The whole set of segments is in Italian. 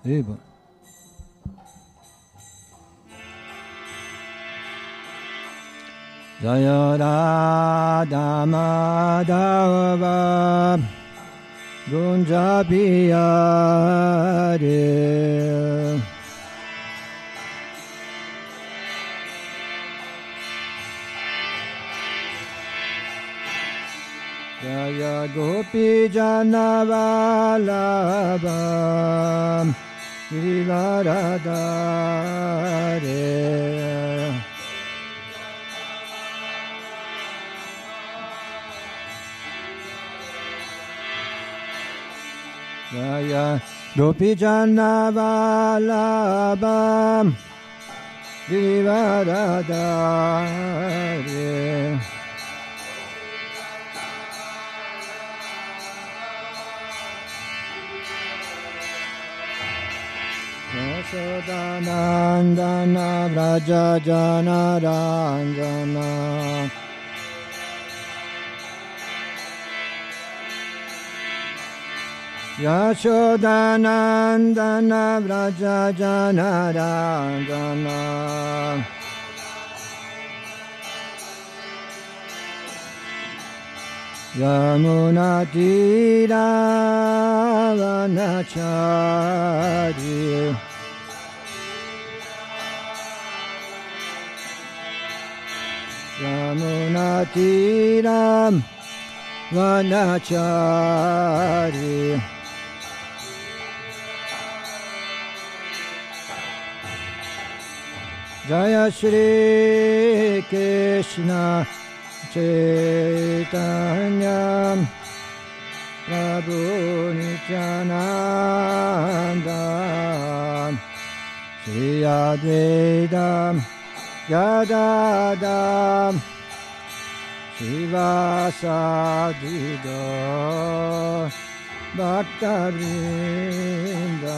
Eva. Jaya Radha Madhava Gunja Bihari Jaya Gopi Jana Vallabha Giridharadhare Jaya Gopi Jana Vallabha Giridharadhare Yashodanandana Vraja Jana Ranjana Yashodanandana Vraja Jana Ranjana Yamuna Tira Vanachari Yamuna Tira Vanachari Jaya Shri Krishna Chaitanya Prabhu Nityananda Shri Advaita Gadadam Sivasadido Bhaktavrinda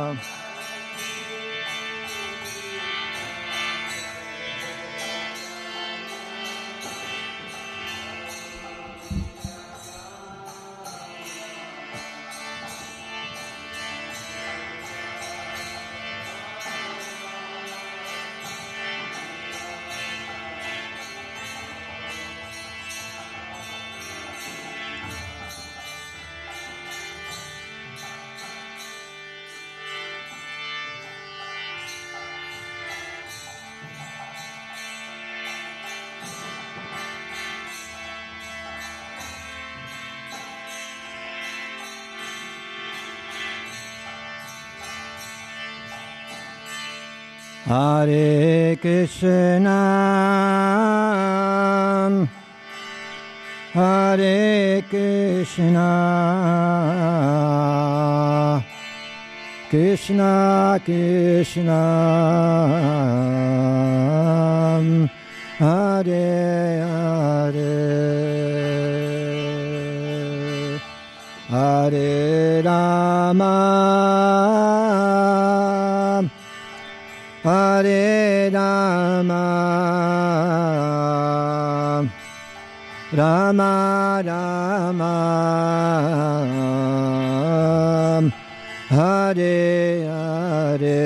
Hare Krishna Hare Krishna Krishna Krishna Hare Hare Hare Rama Hare Rama Rama Rama Hare Hare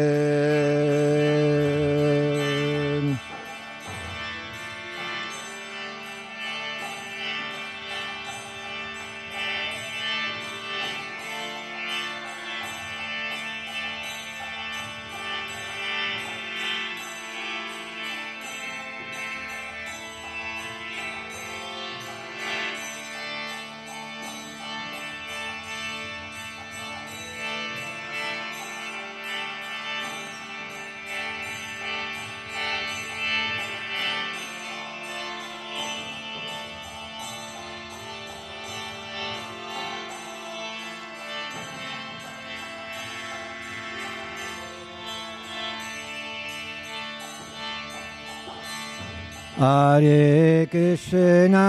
Hare Krishna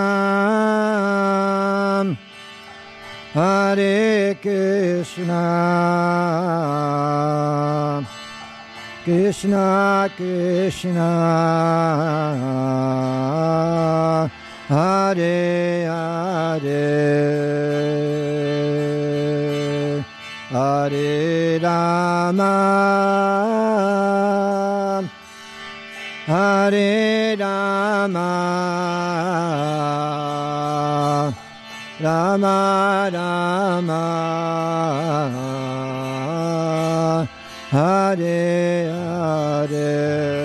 Hare Krishna Krishna Krishna Hare Hare Hare Rama, Hare Rama, Rama Rama, Hare Hare.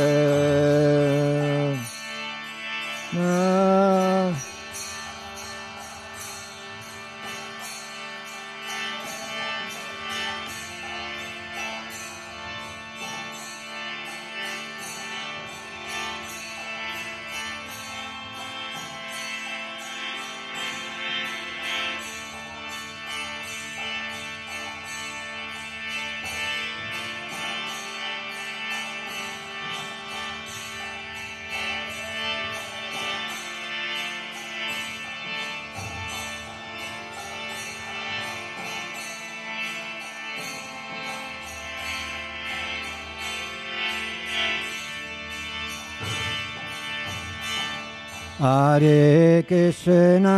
Hare Krishna,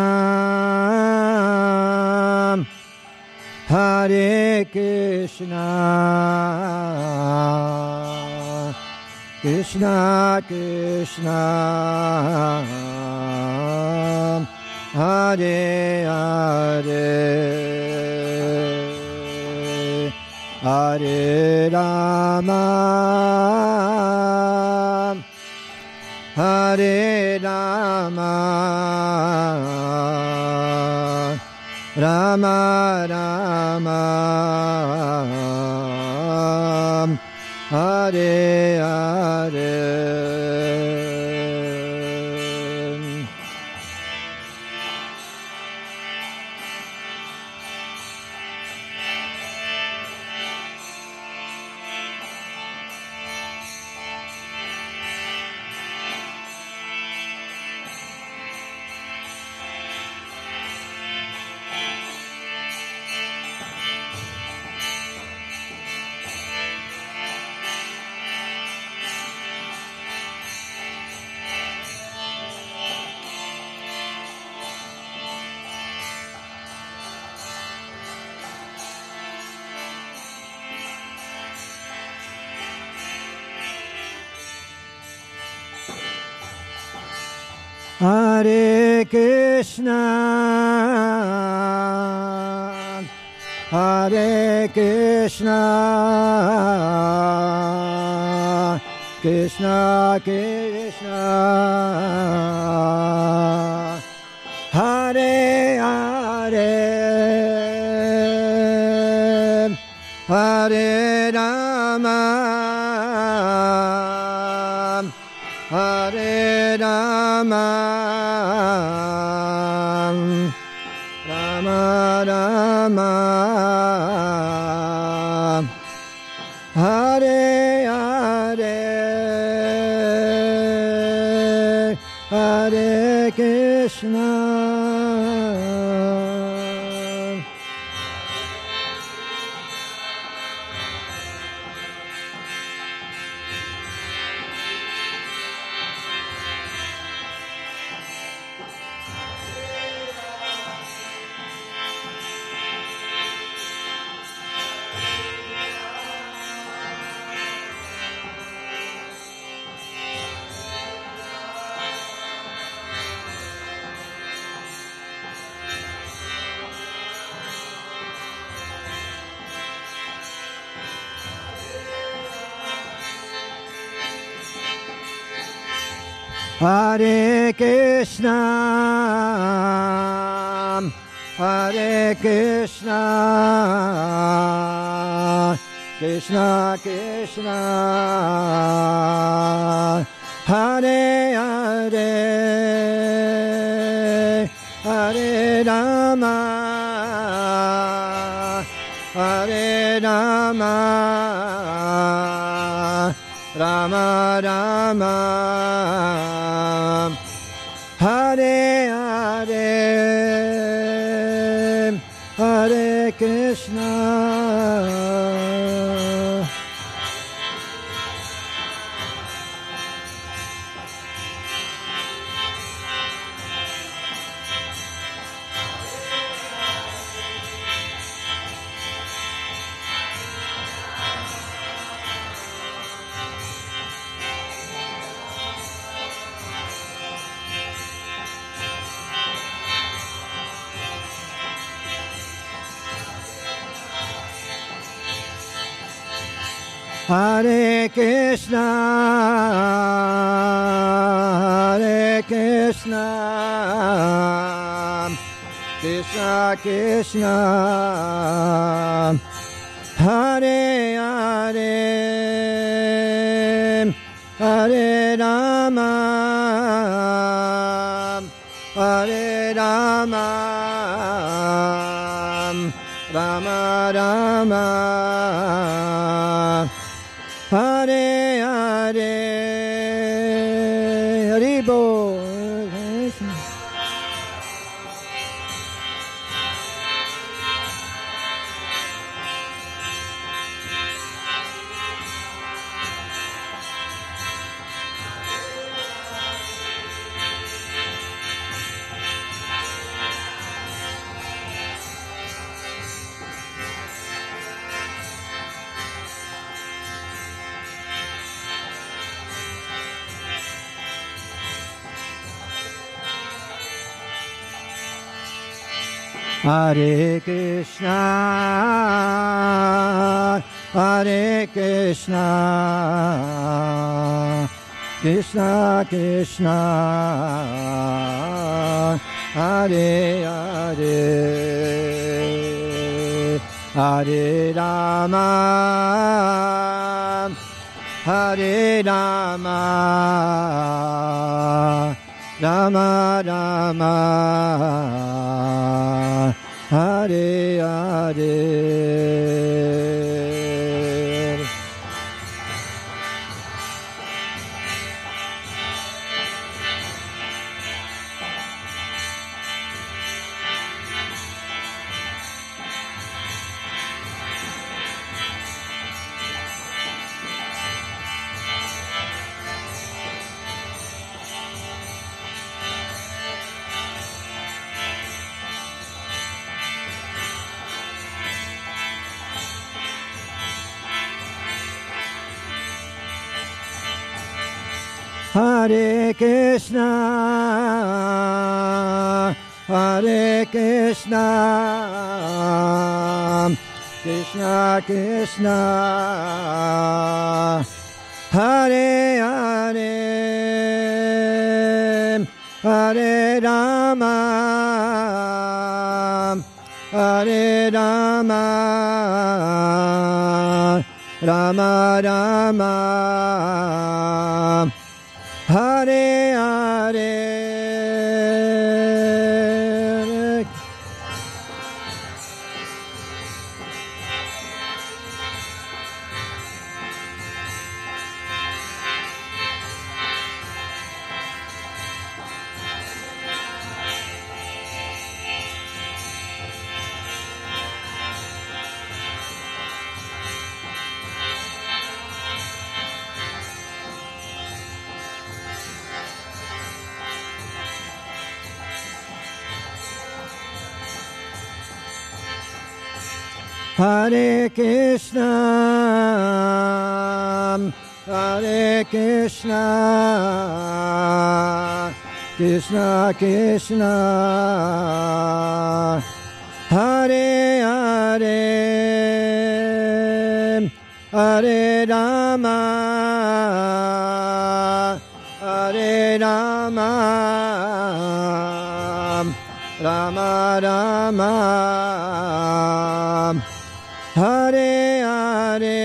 Hare Krishna, Krishna Krishna, Hare Hare, Hare Rama, Hare Rama, Rama Rama, Hare Hare. Hare Krishna, Hare Krishna, Krishna Krishna, Hare Hare, Hare Rama, Hare Rama, Rama Rama, Hare Hare, Hare Krishna. Hare Krishna, Hare Krishna, Krishna Krishna, Hare Hare, Hare Rama, Hare Rama, Rama Rama, Hare Hare, Hare Krishna. Hare Krishna, Hare Krishna, Krishna Krishna, Hare Hare, Hare Rama, Hare Rama, Rama Rama, Hare Hare, Haribo. Hare Krishna, Hare Krishna, Krishna Krishna, Hare Hare, Hare Rama, Hare Rama, Rama Rama, Hare Hare. Hare Krishna, Hare Krishna, Krishna Krishna, Hare Hare, Hare Rama, Hare Rama, Rama Rama, Hare Hare. Hare Krishna, Hare Krishna, Krishna Krishna, Hare Hare, Hare Rama, Hare Rama, Rama Rama, Hare Hare.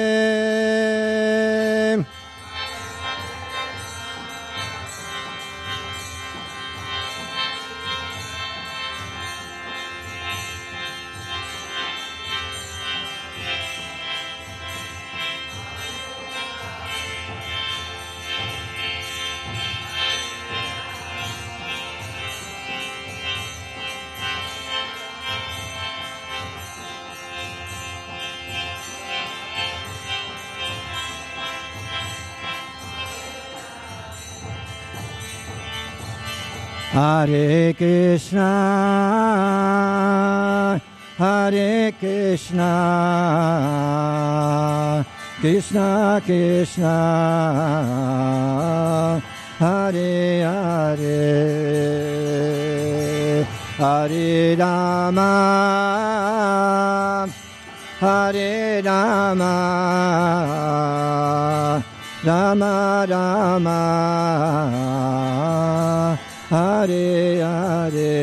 Hare Krishna, Hare Krishna, Krishna Krishna, Hare Hare, Hare Rama, Hare Rama, Rama Rama, Hare Hare.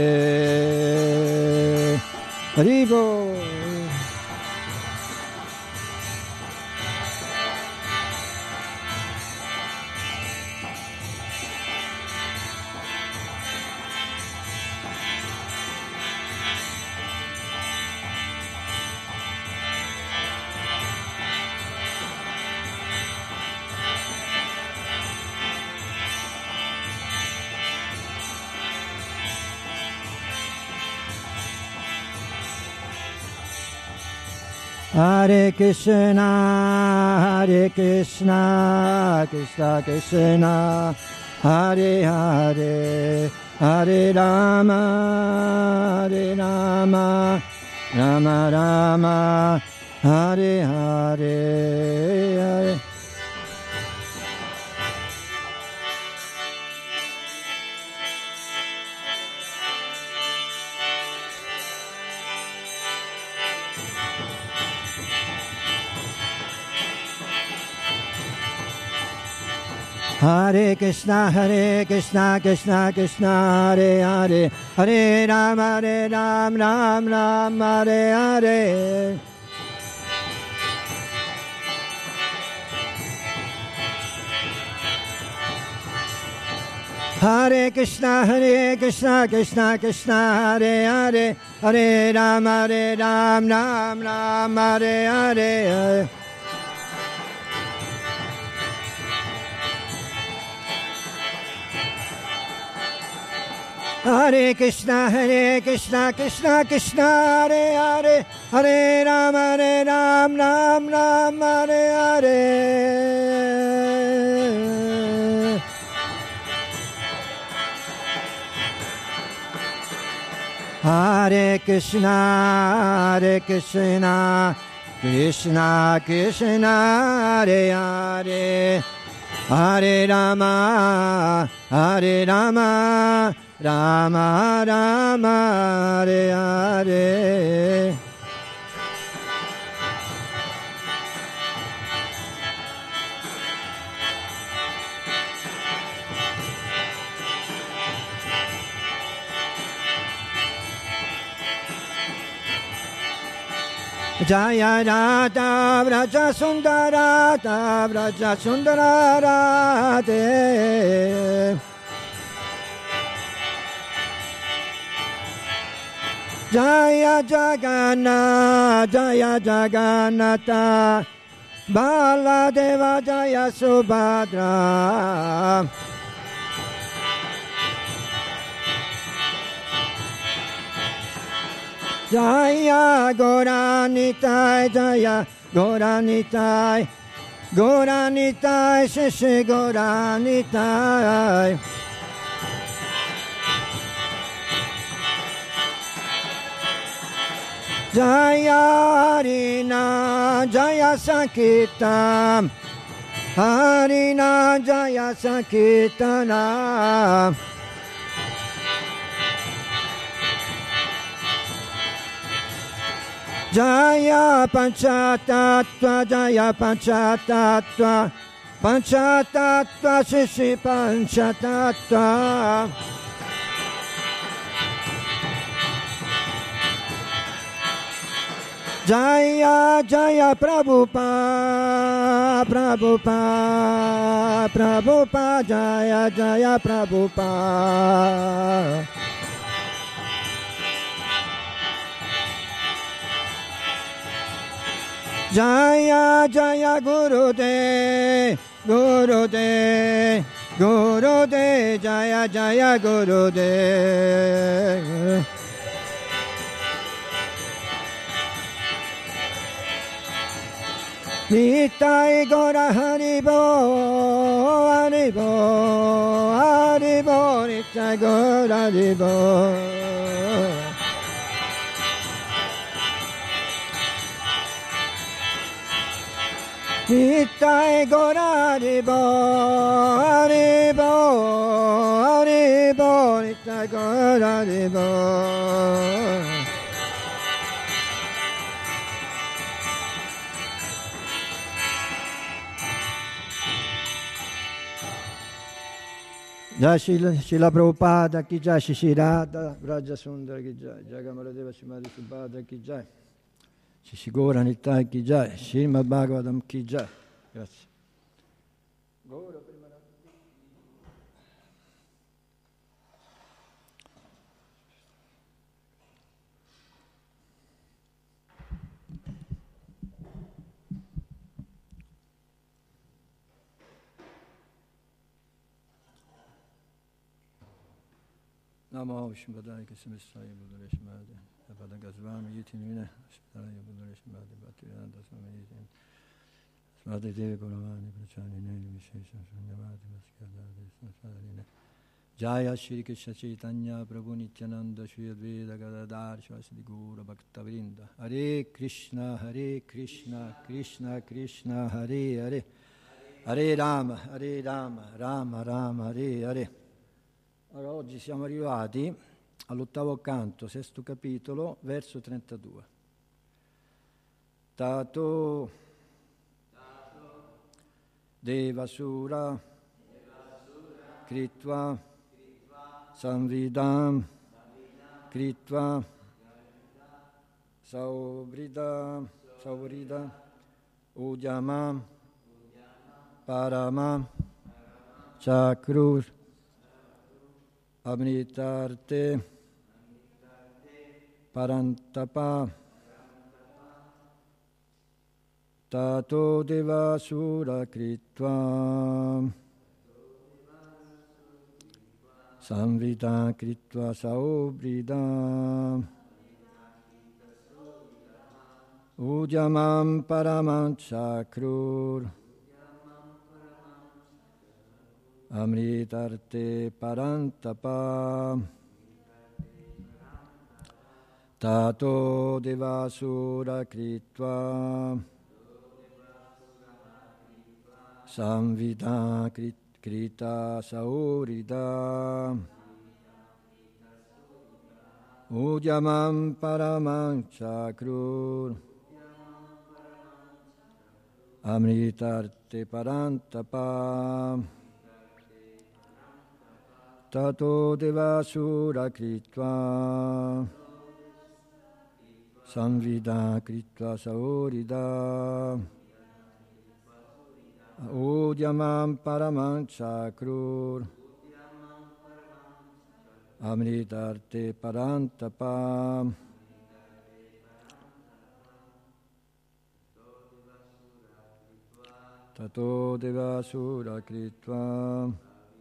Haribo. Hare Krishna, Hare Krishna, Krishna Krishna, Hare Hare, Hare Rama, Hare Rama, Rama Rama, Hare Hare, Hare. Hare Krishna, Krishna Krishna, Hare Hare, Hare Ram, Ram Ram, Hare Hare. Hare Krishna, Krishna Krishna, Hare Hare, Hare Ram, Ram Ram, Hare Hare. Hare Krishna, Krishna Krishna, Hare Hare, Hare Ram, Ram Hare Hare. Hare Krishna, Krishna Krishna, Hare Hare, Hare Rama, Rama Rama, Hare Hare. Jaya Radha Vraja Sundara, Vraja Sundara Radhe. Jaya Jagannath, Jaya Jagannatha, Baladeva Jaya Subhadra. Jaya Gauranitai, Jaya Gauranitai, Gauranitai, Shishi Gauranitai. Jaya Harina, Jaya Sankirtan, Harina, Jaya Sankirtana. Jaya Panchatattva, Jaya Panchatattva, Panchatattva, Shishi Panchatattva. Jaya Jaya Prabhupada, Prabhupada, Prabhupada, Jaya Jaya Prabhupada. Jaya Jaya Gurudev, Gurudev, Gurudev, Jaya Jaya Gurudev. Nitai Gora Haribo, Haribo, Haribo, Nitai Gora Haribo. Nitai Gora Haribo, Haribo, Haribo, Nitai Gora Haribo. Jai Srila Prabhupada ki jai, Shri Radha Vraja Sundara ki jai, Jagamaradeva Srimati Subhadra ki jai, Shri Gaura Nitai ki jai, Srimad Bhagavatam ki jai. Grazie. Namo Vishnupadaya Kasamistaya Buddhareshmadi Apadagazvami Yitinvina Ashtaya Buddhareshmadi Bhaktivedanta Swami Yitin Svati Devi Guravani Prachani Neni Vishesha Sunyavati Vaskadadi Sansadarine Jaya Shri Krishna Chaitanya Prabhu Nityananda Shri Advaita Gadadhar Shvasadi Gura Bhaktavrinda Hare Krishna Krishna Krishna Hare Hare Hare Rama Rama Rama Hare Hare. Allora, oggi siamo arrivati all'ottavo canto, sesto capitolo, verso 32. Tato Devasura Kritva Samvidam Kritva Sauvrida Ujamam Paramam Chakrur Amritarte Parantapa Tato Devasura Kritva Samvita Kritva Saubrida Ujamam Paramam Chakrur Amritarte Parantapa Tato Devasura Kritva Samvita Krita Saurida Ujamam Paramam Chakrur Amritarte Parantapa Tato Devasura Kritva Samvida Kritva Saurida Udyamam Paramam Chakrur Amritarte Parantapa Tato Devasura Kritva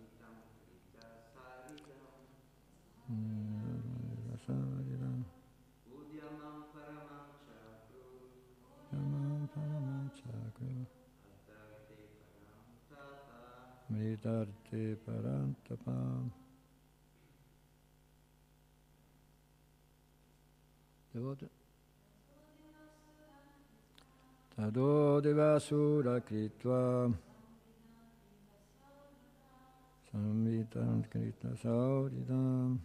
Amritarte Parantapa. Tado Devasura Kritva Samvitam Krita Sauridam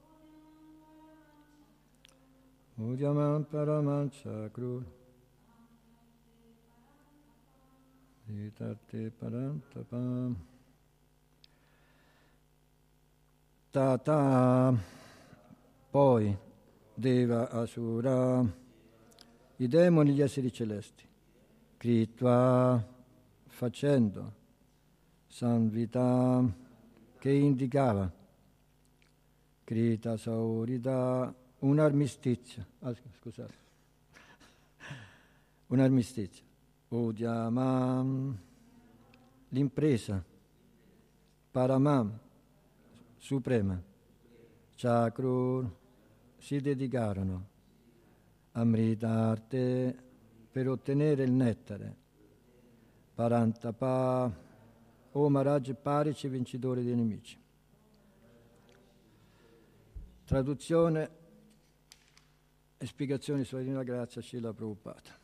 Ujamam Paramam Chakrur Amritarte Parantapa. Tata, poi Deva Asura, i demoni, gli esseri celesti, Kritva, facendo, Samvita, che indicava, Krita Saurida, un armistizio, scusate, un armistizio, Udyamam, l'impresa, Paramam, suprema, Chakrur, si dedicarono, Amritarte, per ottenere il nettare, Parantapa, o Maharaj Parici, vincitore dei nemici. Traduzione e spiegazioni sulla Divina Grazia Srila Prabhupada.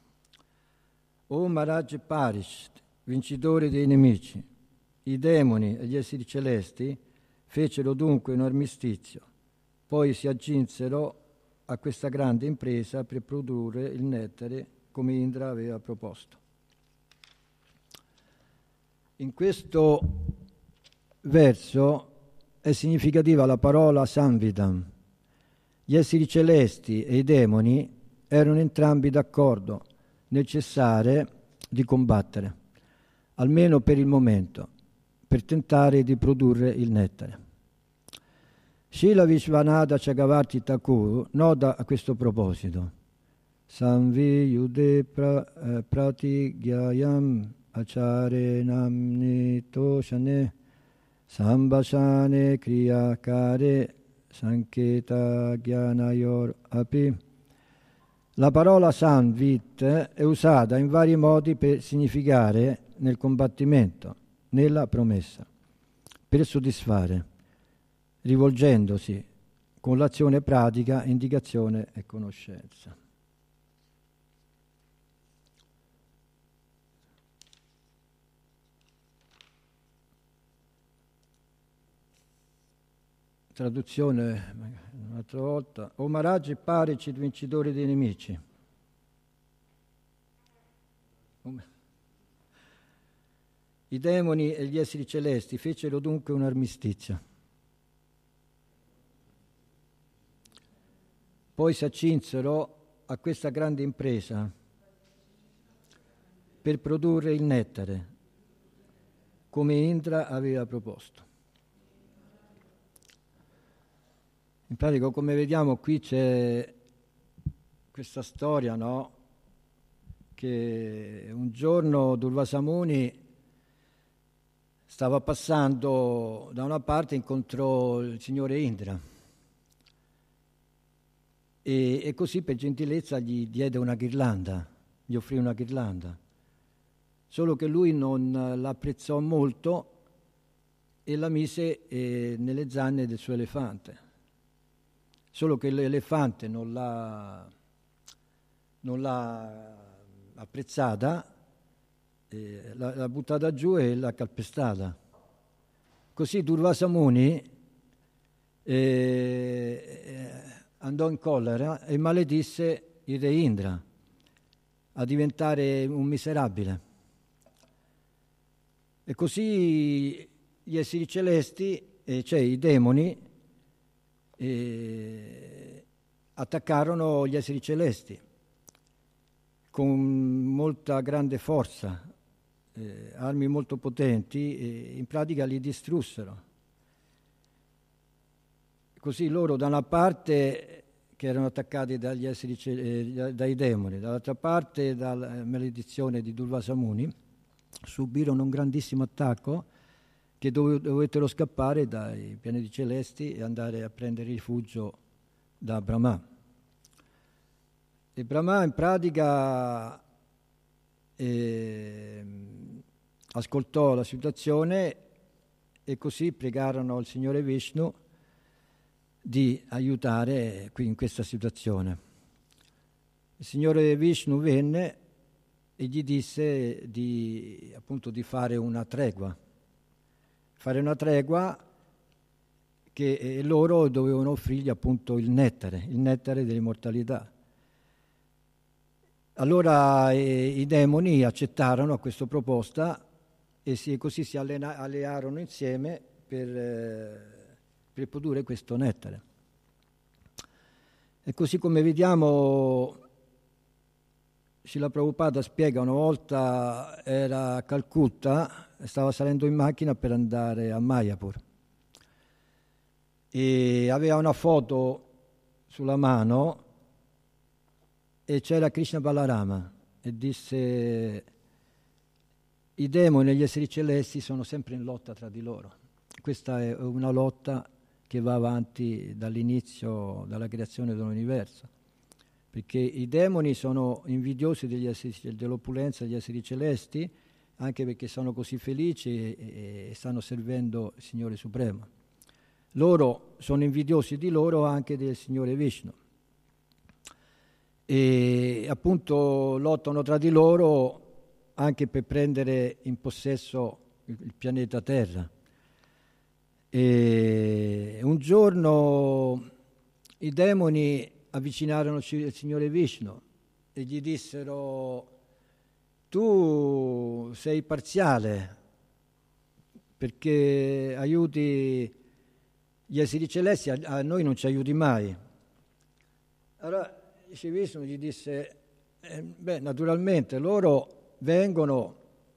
O Maharaj Parici, vincitori dei nemici, i demoni e gli esseri celesti fecero dunque un armistizio, poi si aggiunsero a questa grande impresa per produrre il nettare come Indra aveva proposto. In questo verso è significativa la parola Samvidam. Gli esseri celesti e i demoni erano entrambi d'accordo nel cessare di combattere, almeno per il momento, per tentare di produrre il nettare. Srila Vishwanatha Chakravarti Thakur nota a questo proposito: Samvi Yude Pratigyayam Acare Namni Toshane Sambhashane Kriyakare Sanketa Gyanayor Api. La parola Samvit è usata in vari modi per significare nel combattimento, nella promessa, per soddisfare, rivolgendosi con l'azione pratica, indicazione e conoscenza. Traduzione un'altra volta. O Maharaj e Parici, vincitori dei nemici. I demoni e gli esseri celesti fecero dunque un armistizio. Poi si accinsero a questa grande impresa per produrre il nettare, come Indra aveva proposto. In pratica, come vediamo, qui c'è questa storia, no? Che un giorno Durvasa Muni stava passando da una parte e incontrò il signore Indra e così per gentilezza gli diede una ghirlanda, gli offrì una ghirlanda, solo che lui non l'apprezzò molto e la mise nelle zanne del suo elefante. Solo che l'elefante non l'ha apprezzata, l'ha buttata giù e l'ha calpestata. Così Durvasa Muni andò in collera e maledisse il re Indra a diventare un miserabile. E così gli esseri celesti, cioè i demoni, attaccarono gli esseri celesti con molta grande forza, armi molto potenti, e in pratica li distrussero. Così loro da una parte che erano attaccati dagli esseri dai demoni, dall'altra parte dalla maledizione di Durvasa Muni, subirono un grandissimo attacco che dovettero scappare dai pianeti celesti e andare a prendere rifugio da Brahma. E Brahma in pratica ascoltò la situazione e così pregarono il Signore Vishnu di aiutare qui in questa situazione. Il Signore Vishnu venne e gli disse appunto di fare una tregua che loro dovevano offrirgli appunto il nettare dell'immortalità. Allora i demoni accettarono a questa proposta e così si allearono insieme per produrre questo nettare. E così come vediamo, Srila Prabhupada spiega, una volta era a Calcutta, stava salendo in macchina per andare a Mayapur e aveva una foto sulla mano e c'era Krishna Balarama e disse: i demoni e gli esseri celesti sono sempre in lotta tra di loro. Questa è una lotta che va avanti dall'inizio, dalla creazione dell'universo, perché i demoni sono invidiosi dell'opulenza degli esseri celesti, anche perché sono così felici e stanno servendo il Signore Supremo. Loro sono invidiosi di loro anche del Signore Vishnu e appunto lottano tra di loro anche per prendere in possesso il pianeta Terra. E un giorno i demoni avvicinarono il Signore Vishnu e gli dissero: tu sei parziale perché aiuti gli esseri celesti, a noi non ci aiuti mai. Allora Vishnu gli disse, naturalmente loro vengono,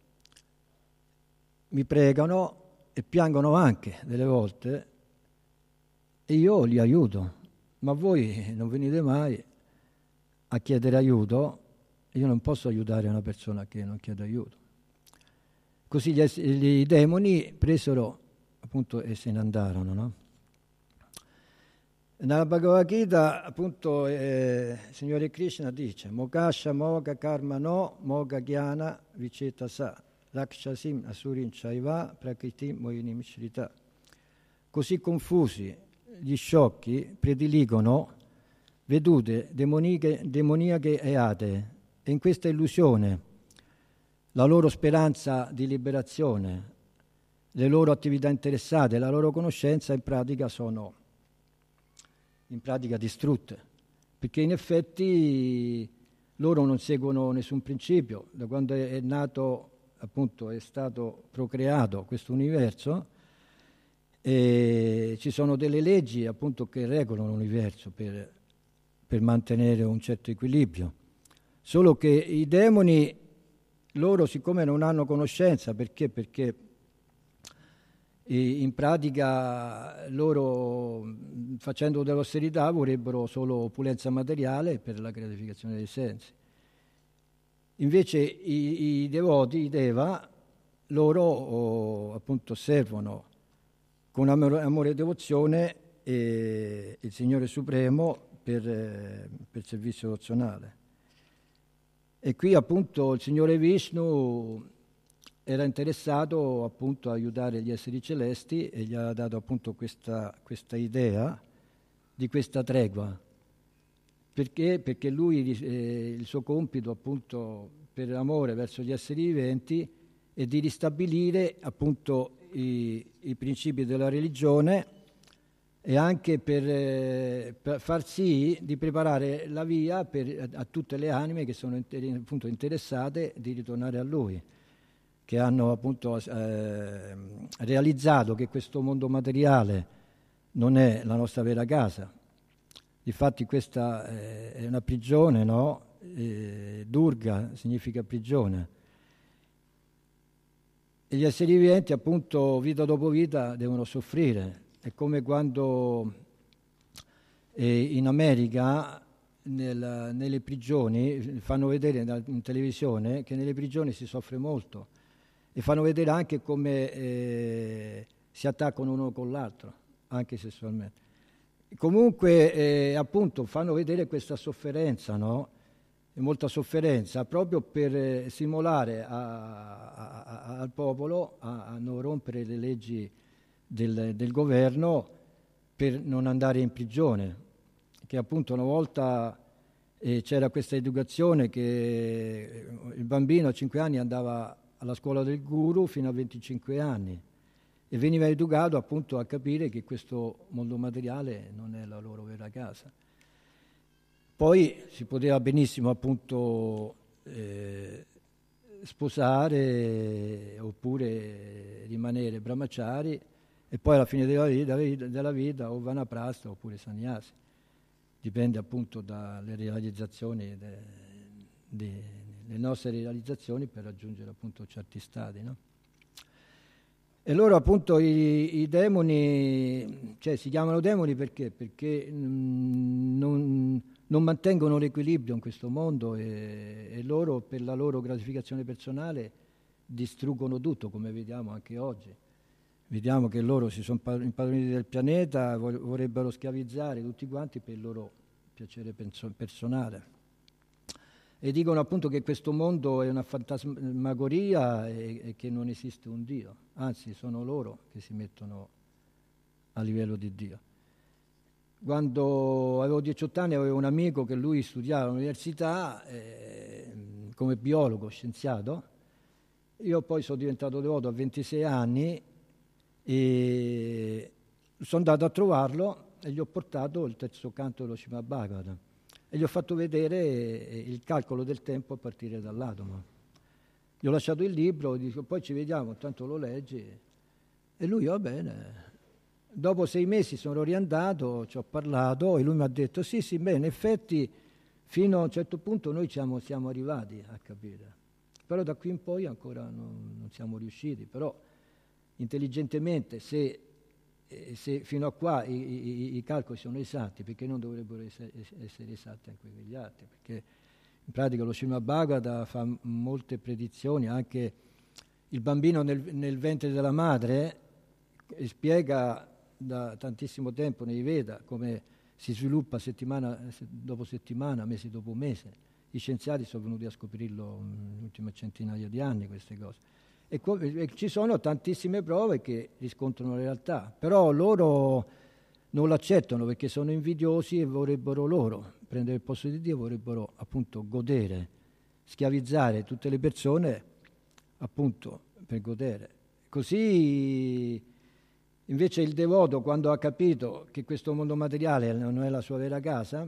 mi pregano e piangono anche delle volte e io li aiuto, ma voi non venite mai a chiedere aiuto, io non posso aiutare una persona che non chiede aiuto. Così i demoni presero appunto e se ne andarono, no? Nella Bhagavad Gita appunto Signore Krishna dice Mokasha moga karma no moga jnana viceta sa rakshasim asurin chaiva prakritim mohinim shrita. Così confusi gli sciocchi prediligono vedute demoniache e atee, e in questa illusione la loro speranza di liberazione, le loro attività interessate, la loro conoscenza in pratica sono distrutte, perché in effetti loro non seguono nessun principio. Da quando è nato, appunto, è stato procreato questo universo, e ci sono delle leggi appunto che regolano l'universo per mantenere un certo equilibrio, solo che i demoni, loro siccome non hanno conoscenza, perché in pratica loro, facendo dell'austerità, vorrebbero solo opulenza materiale per la gratificazione dei sensi. Invece i devoti, i Deva, loro appunto servono con amore e devozione il Signore Supremo per servizio devozionale. E qui appunto il Signore Vishnu era interessato appunto a aiutare gli esseri celesti e gli ha dato appunto questa idea di questa tregua. Perché? Perché lui, il suo compito appunto per amore verso gli esseri viventi è di ristabilire appunto i principi della religione e anche per far sì di preparare la via a tutte le anime che sono appunto interessate di ritornare a lui, che hanno appunto realizzato che questo mondo materiale non è la nostra vera casa. Difatti questa è una prigione, no? Durga significa prigione. E gli esseri viventi appunto vita dopo vita devono soffrire. È come quando in America nelle prigioni fanno vedere in televisione che nelle prigioni si soffre molto e fanno vedere anche come si attaccano uno con l'altro, anche sessualmente. Comunque appunto fanno vedere questa sofferenza, no? Molta sofferenza, proprio per stimolare al popolo a non rompere le leggi del governo per non andare in prigione, che appunto una volta c'era questa educazione che il bambino a 5 anni andava alla scuola del guru fino a 25 anni e veniva educato appunto a capire che questo mondo materiale non è la loro vera casa. Poi si poteva benissimo appunto sposare oppure rimanere brahmachari e poi alla fine della vita o vanaprastha oppure sannyasi. Dipende appunto dalle realizzazioni, le nostre realizzazioni per raggiungere appunto certi stati, no? E loro appunto i demoni, cioè si chiamano demoni perché? Perché non mantengono l'equilibrio in questo mondo e loro per la loro gratificazione personale distruggono tutto, come vediamo anche oggi. Vediamo che loro si sono impadroniti del pianeta, vorrebbero schiavizzare tutti quanti per il loro piacere personale. E dicono appunto che questo mondo è una fantasmagoria e che non esiste un Dio, anzi sono loro che si mettono a livello di Dio. Quando avevo 18 anni avevo un amico che lui studiava all'università come biologo, scienziato. Io poi sono diventato devoto a 26 anni e sono andato a trovarlo e gli ho portato il terzo canto dello Srimad Bhagavatam e gli ho fatto vedere il calcolo del tempo a partire dall'atomo. Gli ho lasciato il libro, dico, poi ci vediamo, tanto lo leggi. E lui, va bene. Dopo 6 mesi sono riandato, ci ho parlato e lui mi ha detto sì, beh, in effetti fino a un certo punto noi siamo arrivati a capire, però da qui in poi ancora non siamo riusciti, però intelligentemente se fino a qua i calcoli sono esatti, perché non dovrebbero essere esatti anche quegli altri, perché in pratica lo Srimad Bhagavata fa molte predizioni, anche il bambino nel ventre della madre spiega da tantissimo tempo nei Veda come si sviluppa settimana dopo settimana, mese dopo mese. Gli scienziati sono venuti a scoprirlo nell'ultima centinaia di anni, queste cose. E ci sono tantissime prove che riscontrano la realtà, però loro non l'accettano perché sono invidiosi e vorrebbero loro prendere il posto di Dio, vorrebbero appunto godere, schiavizzare tutte le persone appunto per godere. Così invece il devoto, quando ha capito che questo mondo materiale non è la sua vera casa,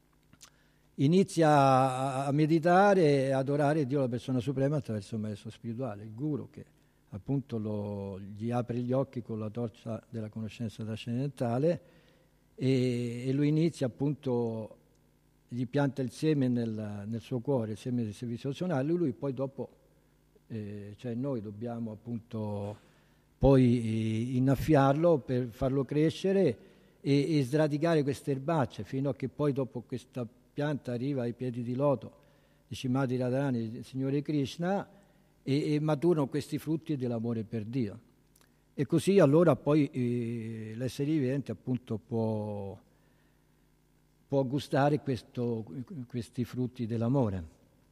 inizia a meditare e adorare Dio, la persona suprema, attraverso il maestro spirituale, il guru, che appunto gli apre gli occhi con la torcia della conoscenza trascendentale e lui inizia appunto, gli pianta il seme nel suo cuore, il seme del servizio azionale, lui poi dopo, cioè noi dobbiamo appunto poi innaffiarlo per farlo crescere e sradicare queste erbacce fino a che poi dopo questa pianta arriva ai piedi di loto di Srimati Radharani, il Signore Krishna, e maturano questi frutti dell'amore per Dio. E così allora poi l'essere vivente appunto può gustare questi frutti dell'amore.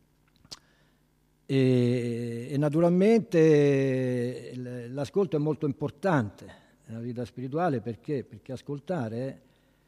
E naturalmente l'ascolto è molto importante nella vita spirituale, perché ascoltare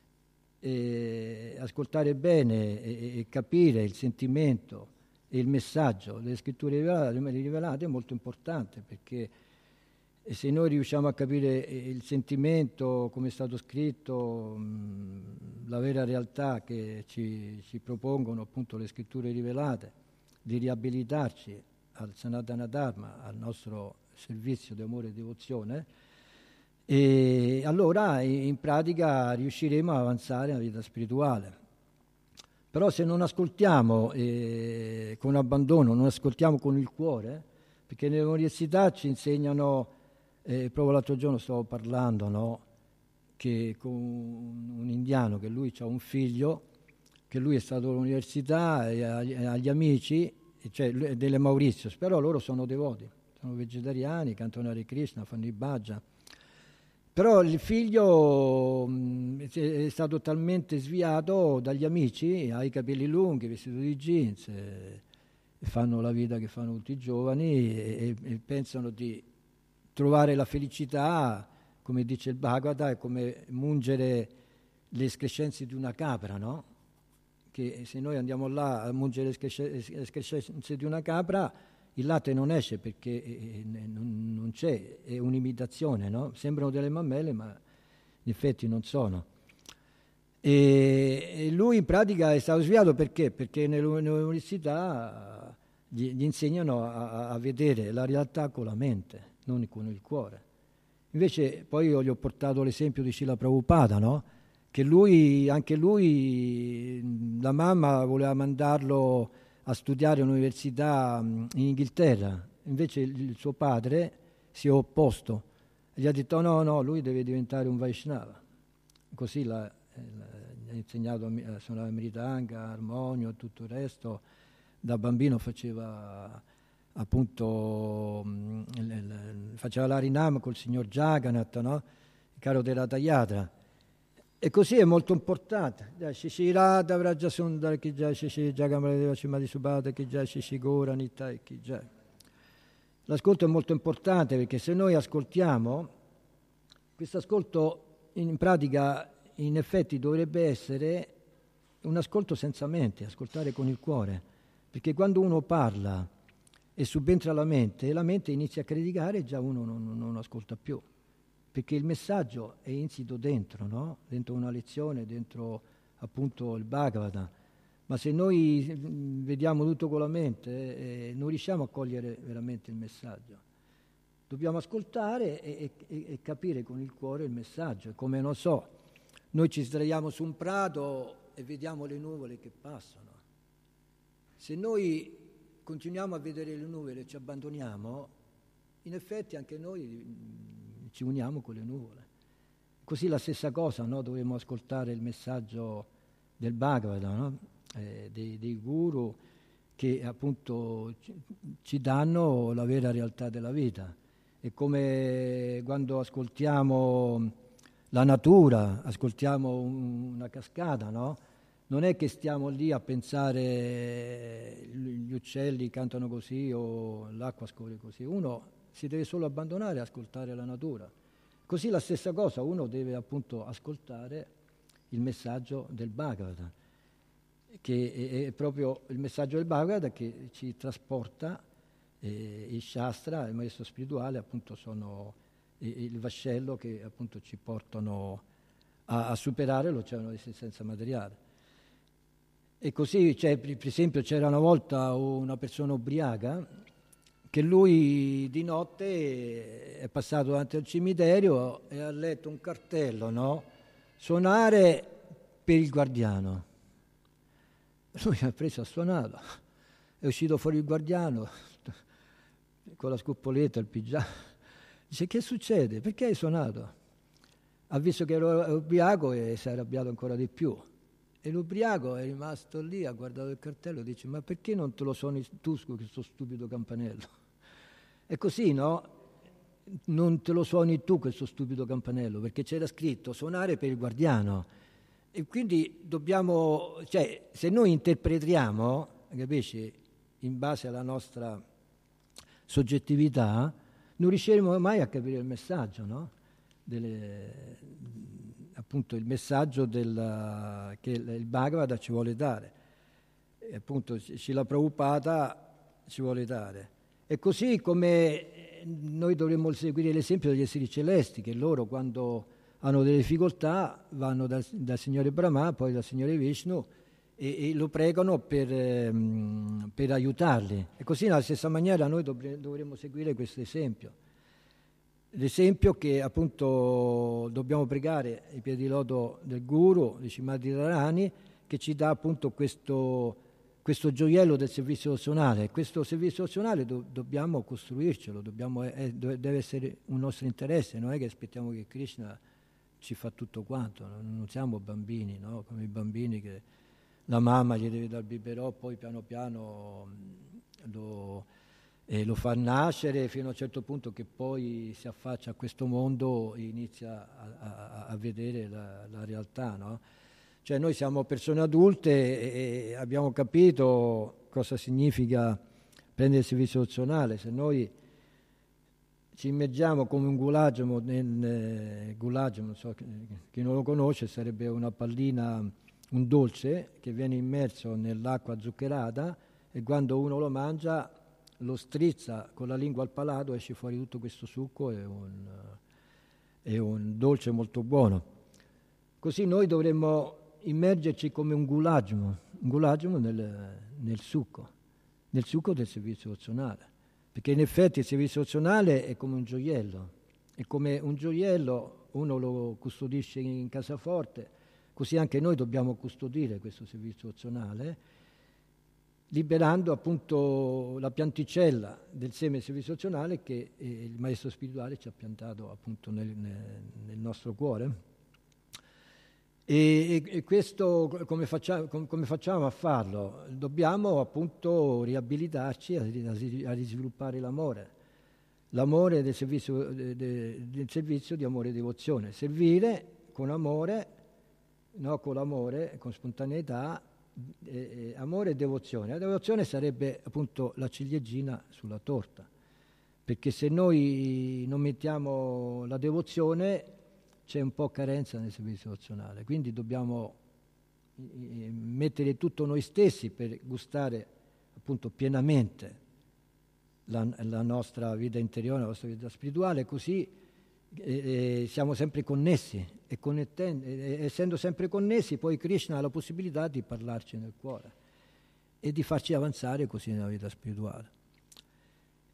bene e capire il sentimento e il messaggio delle scritture rivelate è molto importante, perché se noi riusciamo a capire il sentimento, come è stato scritto, la vera realtà che ci propongono appunto le scritture rivelate, di riabilitarci al Sanatana Dharma, al nostro servizio di amore e devozione, e allora in pratica riusciremo ad avanzare nella vita spirituale. Però se non ascoltiamo con abbandono, non ascoltiamo con il cuore, perché nelle università ci insegnano, proprio l'altro giorno stavo parlando, no? Che con un indiano, che lui ha un figlio, che lui è stato all'università e agli amici, cioè delle Mauritius, però loro sono devoti, sono vegetariani, cantano Hare Krishna, fanno i bhajan. Però il figlio è stato talmente sviato dagli amici, ha i capelli lunghi, vestito di jeans, e fanno la vita che fanno tutti i giovani e pensano di trovare la felicità, come dice il Bhagavata, è come mungere le escrescenze di una capra, no? Che se noi andiamo là a mungere le escrescenze di una capra, il latte non esce perché non c'è, è un'imitazione, no? Sembrano delle mammelle, ma in effetti non sono. E lui in pratica è stato sviato perché? Perché nell'università gli insegnano a vedere la realtà con la mente, non con il cuore. Invece poi io gli ho portato l'esempio di Srila Prabhupada, no? Che anche lui, la mamma voleva mandarlo a studiare all'università in Inghilterra, invece il suo padre si è opposto, gli ha detto no, lui deve diventare un Vaishnava. Così gli ha insegnato a suonare mridanga, armonio e tutto il resto. Da bambino faceva appunto faceva l'Harinam col signor Jagannath, no? Il caro della Tagliatra. E così è molto importante. Shishirada Vrajasundar ki jai, Shishi Jagamadeva Shimadi Subhata ki jai, Shishi Gora Nitai ki jai. L'ascolto è molto importante, perché se noi ascoltiamo, questo ascolto in pratica in effetti dovrebbe essere un ascolto senza mente, ascoltare con il cuore, perché quando uno parla e subentra la mente inizia a criticare e già uno non ascolta più. Perché il messaggio è insito dentro, no? Dentro una lezione, dentro appunto il Bhagavata. Ma se noi vediamo tutto con la mente, non riusciamo a cogliere veramente il messaggio. Dobbiamo ascoltare e capire con il cuore il messaggio. Come non so, noi ci sdraiamo su un prato e vediamo le nuvole che passano. Se noi continuiamo a vedere le nuvole e ci abbandoniamo, in effetti anche noi ci uniamo con le nuvole. Così la stessa cosa, no? Dovremmo ascoltare il messaggio del Bhagavata, no? Dei guru che appunto ci danno la vera realtà della vita. È come quando ascoltiamo la natura, ascoltiamo una cascata, no? Non è che stiamo lì a pensare gli uccelli cantano così o l'acqua scorre così. Uno si deve solo abbandonare e ascoltare la natura. Così la stessa cosa, uno deve appunto ascoltare il messaggio del Bhagavata, che è proprio il messaggio del Bhagavata che ci trasporta. Il Shastra, il maestro spirituale, appunto sono il vascello che appunto ci portano a superare l'oceano di esistenza materiale. E così, per esempio, c'era una volta una persona ubriaca che lui di notte è passato davanti al cimitero e ha letto un cartello, no? Suonare per il guardiano. Lui ha preso, ha suonato, è uscito fuori il guardiano con la scoppoletta, il pigiama. Dice: che succede? Perché hai suonato? Ha visto che ero ubriaco e si è arrabbiato ancora di più. E l'ubriaco è rimasto lì, ha guardato il cartello e dice: ma perché non te lo suoni tu questo stupido campanello? È così, no? Non te lo suoni tu questo stupido campanello, perché c'era scritto suonare per il guardiano. E quindi dobbiamo, se noi interpretiamo, capisci, in base alla nostra soggettività, non riusciremo mai a capire il messaggio, no? Appunto il messaggio che il Bhagavata ci vuole dare, e appunto Srila Prabhupada ci vuole dare. E così come noi dovremmo seguire l'esempio degli esseri celesti, che loro quando hanno delle difficoltà vanno dal Signore Brahma, poi dal Signore Vishnu, e lo pregano per aiutarli. E così nella stessa maniera noi dovremmo seguire questo esempio. L'esempio che appunto dobbiamo pregare ai piedi di loto del Guru, di Srimati Radharani, che ci dà appunto questo gioiello del servizio devozionale. Questo servizio devozionale dobbiamo costruircelo, deve essere un nostro interesse, non è che aspettiamo che Krishna ci fa tutto quanto, non siamo bambini, no? Come i bambini che la mamma gli deve dare il biberò, poi piano piano lo fa nascere fino a un certo punto che poi si affaccia a questo mondo e inizia a vedere la realtà, no? Cioè noi siamo persone adulte e abbiamo capito cosa significa prendere il servizio devozionale. Se noi ci immergiamo come un gulagemo, gulagemo, non so, chi non lo conosce, sarebbe una pallina, un dolce che viene immerso nell'acqua zuccherata e quando uno lo mangia lo strizza con la lingua al palato, esce fuori tutto questo succo, è un dolce molto buono. Così noi dovremmo immergerci come un gulagemo nel succo del servizio devozionale, perché in effetti il servizio devozionale è come un gioiello, uno lo custodisce in cassaforte, così anche noi dobbiamo custodire questo servizio devozionale, liberando appunto la pianticella del seme servizio devozionale che il maestro spirituale ci ha piantato appunto nel nostro cuore. E questo come facciamo a farlo? Dobbiamo appunto riabilitarci a risviluppare l'amore del servizio di amore e devozione, servire con amore, no, con l'amore, con spontaneità, amore e devozione. La devozione sarebbe appunto la ciliegina sulla torta, perché se noi non mettiamo la devozione c'è un po' carenza nel servizio devozionale, quindi dobbiamo mettere tutto noi stessi per gustare appunto pienamente la nostra vita interiore, la nostra vita spirituale, così siamo sempre connessi e essendo sempre connessi poi Krishna ha la possibilità di parlarci nel cuore e di farci avanzare così nella vita spirituale.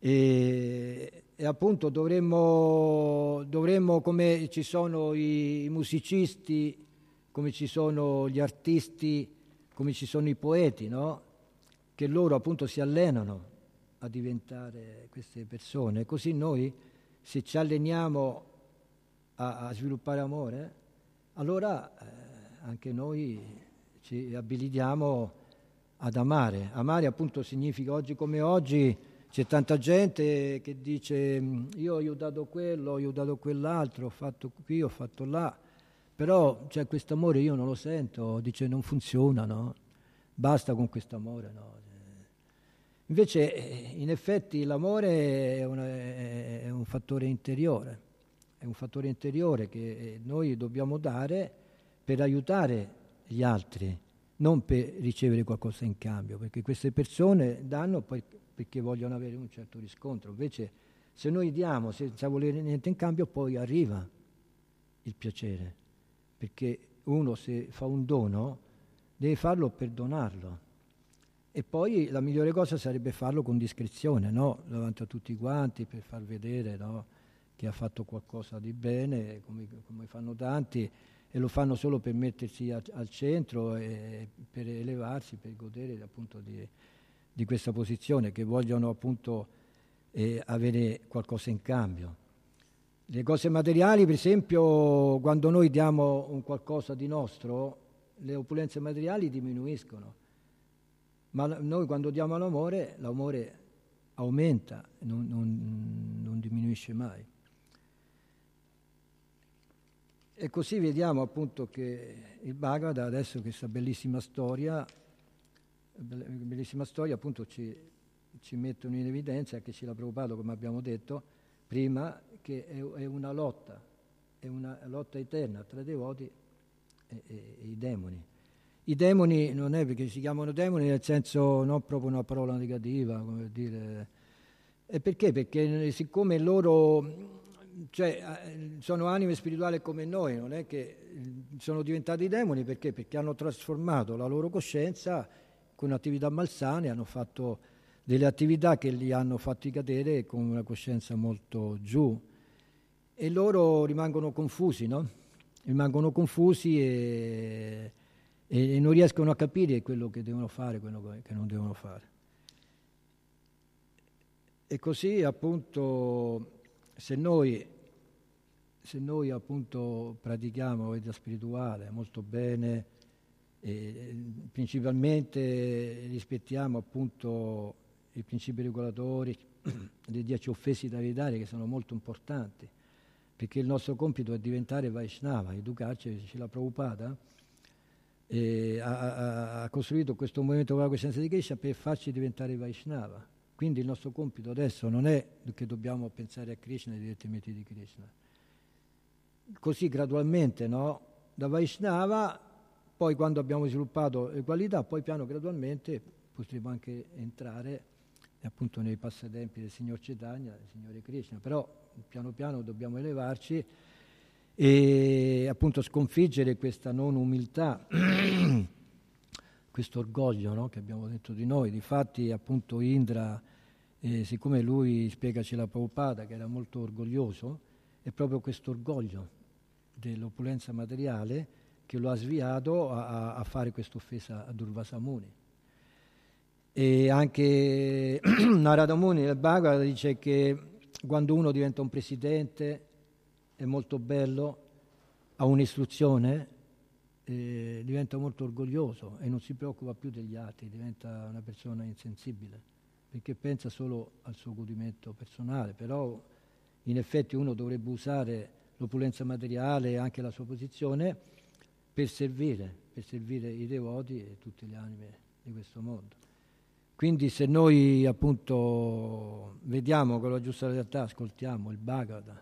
E appunto dovremmo, come ci sono i musicisti, come ci sono gli artisti, come ci sono i poeti, no? Che loro appunto si allenano a diventare queste persone. Così noi, se ci alleniamo a sviluppare amore, allora anche noi ci abilitiamo ad amare. Amare appunto significa, oggi come oggi c'è tanta gente che dice io ho aiutato quello, ho aiutato quell'altro, ho fatto qui, ho fatto là, però cioè, questo amore io non lo sento, dice non funziona, no? Basta con questo amore, no? Invece in effetti l'amore è un fattore interiore, è un fattore interiore che noi dobbiamo dare per aiutare gli altri, non per ricevere qualcosa in cambio, perché queste persone danno poi perché vogliono avere un certo riscontro. Invece se noi diamo senza volere niente in cambio, poi arriva il piacere, perché uno se fa un dono deve farlo per donarlo. E poi la migliore cosa sarebbe farlo con discrezione, no? Davanti a tutti quanti, per far vedere, no? Che ha fatto qualcosa di bene, come fanno tanti, e lo fanno solo per mettersi al centro e per elevarsi, per godere appunto di questa posizione, che vogliono appunto avere qualcosa in cambio. Le cose materiali, per esempio, quando noi diamo un qualcosa di nostro, le opulenze materiali diminuiscono. Ma noi quando diamo l'amore aumenta, non diminuisce mai. E così vediamo appunto che il Bhagavad, adesso questa bellissima storia appunto ci mettono in evidenza, che ce l'ha Prabhupada, come abbiamo detto prima, che è una lotta eterna tra i devoti e i demoni. I demoni non è perché si chiamano demoni nel senso non proprio una parola negativa, come dire, e perché? Perché siccome loro sono anime spirituali come noi, non è che sono diventati demoni, perché? Perché hanno trasformato la loro coscienza con attività malsane, hanno fatto delle attività che li hanno fatti cadere con una coscienza molto giù, e loro rimangono confusi, no? Rimangono confusi e non riescono a capire quello che devono fare, quello che non devono fare. E così appunto se noi appunto pratichiamo la vita spirituale molto bene, e principalmente rispettiamo appunto i principi regolatori dei 10 offesi da evitare, che sono molto importanti, perché il nostro compito è diventare Vaishnava, educarci. La Prabhupada ha costruito questo movimento con la coscienza di Krishna per farci diventare Vaishnava. Quindi il nostro compito adesso non è che dobbiamo pensare a Krishna e ai divertimenti di Krishna. Così gradualmente, no? Da Vaishnava, poi quando abbiamo sviluppato le qualità, poi gradualmente potremo anche entrare appunto nei passatempi del Signor Chaitanya, del Signore Krishna, però piano piano dobbiamo elevarci e appunto sconfiggere questa non umiltà, questo orgoglio, no? Che abbiamo detto di noi. Difatti appunto Indra, siccome lui, spiegaci la Prabhupada, che era molto orgoglioso, è proprio questo orgoglio dell'opulenza materiale che lo ha sviato a fare questa offesa a Durvasa Muni. E anche Narada Muni nel Bhagavad dice che quando uno diventa un presidente è molto bello, ha un'istruzione, diventa molto orgoglioso e non si preoccupa più degli altri, diventa una persona insensibile, perché pensa solo al suo godimento personale. Però in effetti uno dovrebbe usare l'opulenza materiale e anche la sua posizione per servire i devoti e tutte le anime di questo mondo. Quindi se noi appunto vediamo con la giusta realtà, ascoltiamo il Bhagavad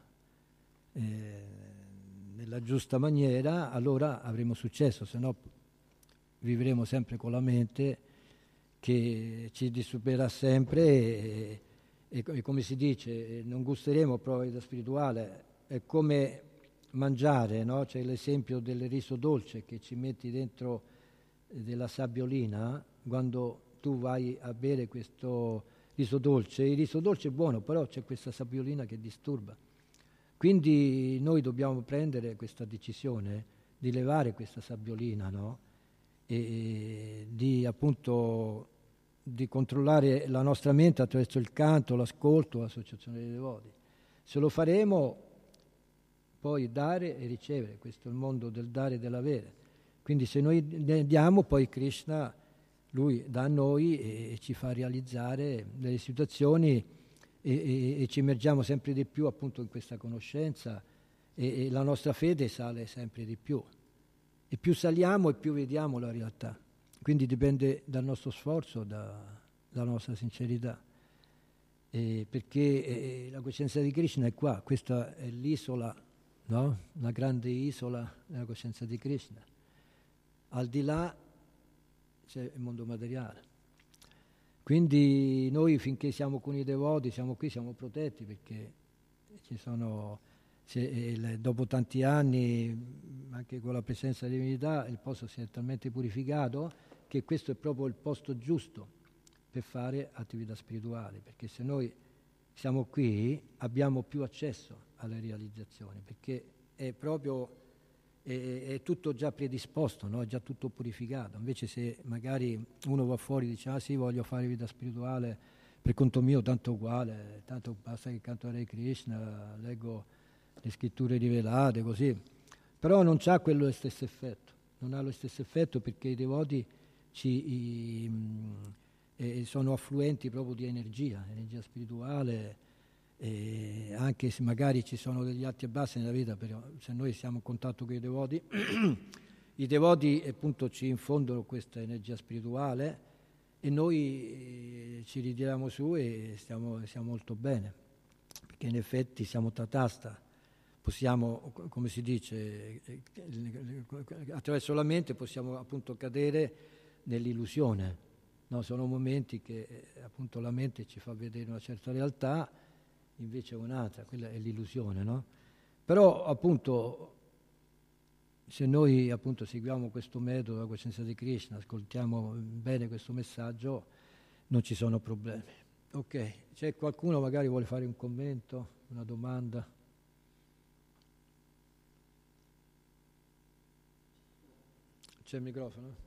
nella giusta maniera, allora avremo successo, se no vivremo sempre con la mente che ci disturberà sempre e come si dice, non gusteremo proprio la vita spirituale. È come mangiare, no? C'è l'esempio del riso dolce che ci metti dentro della sabbiolina, quando tu vai a bere questo riso dolce. Il riso dolce è buono, però c'è questa sabbiolina che disturba. Quindi noi dobbiamo prendere questa decisione di levare questa sabbiolina, no? E di appunto di controllare la nostra mente attraverso il canto, l'ascolto, l'associazione dei devoti. Se lo faremo, poi dare e ricevere, questo è il mondo del dare e dell'avere. Quindi se noi diamo, poi Krishna, lui dà a noi e ci fa realizzare delle situazioni e ci immergiamo sempre di più appunto in questa conoscenza e la nostra fede sale sempre di più. E più saliamo e più vediamo la realtà. Quindi dipende dal nostro sforzo, dalla nostra sincerità. Perché la coscienza di Krishna è qua, questa è l'isola, no? Una grande isola della coscienza di Krishna. Al di là c'è il mondo materiale. Quindi noi finché siamo con i devoti, siamo qui, siamo protetti perché ci sono, dopo tanti anni, anche con la presenza della divinità, il posto si è talmente purificato che questo è proprio il posto giusto per fare attività spirituali, perché se noi siamo qui abbiamo più accesso alle realizzazioni, perché è proprio è tutto già predisposto, no? È già tutto purificato. Invece se magari uno va fuori e dice ah sì, voglio fare vita spirituale per conto mio, tanto uguale, tanto basta che canto Hare Krishna, leggo le scritture rivelate, così, però non c'ha quello stesso effetto, non ha lo stesso effetto perché i devoti sono affluenti proprio di energia spirituale. Anche se magari ci sono degli alti e bassi nella vita, però se noi siamo in contatto con i devoti, i devoti appunto ci infondono questa energia spirituale e noi ci ritiriamo su e stiamo molto bene, perché in effetti siamo tatasta, possiamo, come si dice, attraverso la mente possiamo appunto cadere nell'illusione, no? Sono momenti che appunto la mente ci fa vedere una certa realtà, invece è un'altra, quella è l'illusione, no? Però appunto se noi appunto seguiamo questo metodo, la coscienza di Krishna, ascoltiamo bene questo messaggio, non ci sono problemi. Ok, c'è qualcuno magari vuole fare un commento, una domanda? C'è il microfono?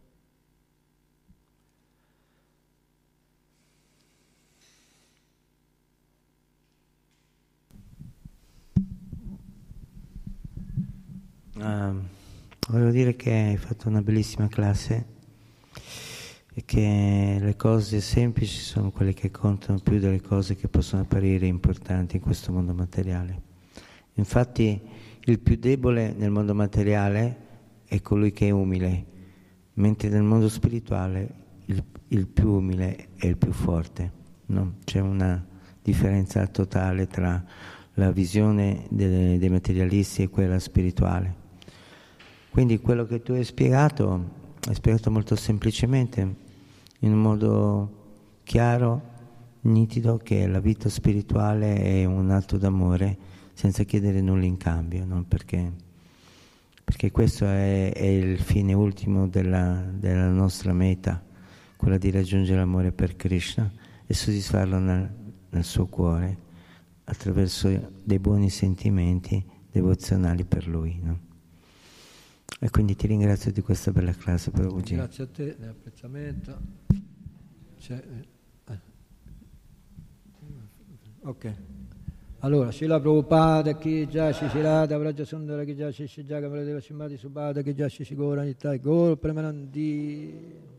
Volevo dire che hai fatto una bellissima classe e che le cose semplici sono quelle che contano più delle cose che possono apparire importanti in questo mondo materiale. Infatti il più debole nel mondo materiale è colui che è umile, mentre nel mondo spirituale il più umile è il più forte, no? C'è una differenza totale tra la visione dei materialisti e quella spirituale. Quindi quello che tu hai spiegato molto semplicemente, in un modo chiaro, nitido, che la vita spirituale è un atto d'amore senza chiedere nulla in cambio, no? Perché questo è il fine ultimo della nostra meta, quella di raggiungere l'amore per Krishna e soddisfarlo nel suo cuore attraverso dei buoni sentimenti devozionali per Lui, no? E quindi ti ringrazio di questa bella classe, Prabhuji. Grazie a te dell'apprezzamento. Ok. Allora, Srila Prabhupada Ki Jai, Shri Radha Vraja Sundara Ki Jai, Shri Jagannath Deva Shrimati Subhada Ki Jai, Shri Gaura Nitai Gaur Premanandi.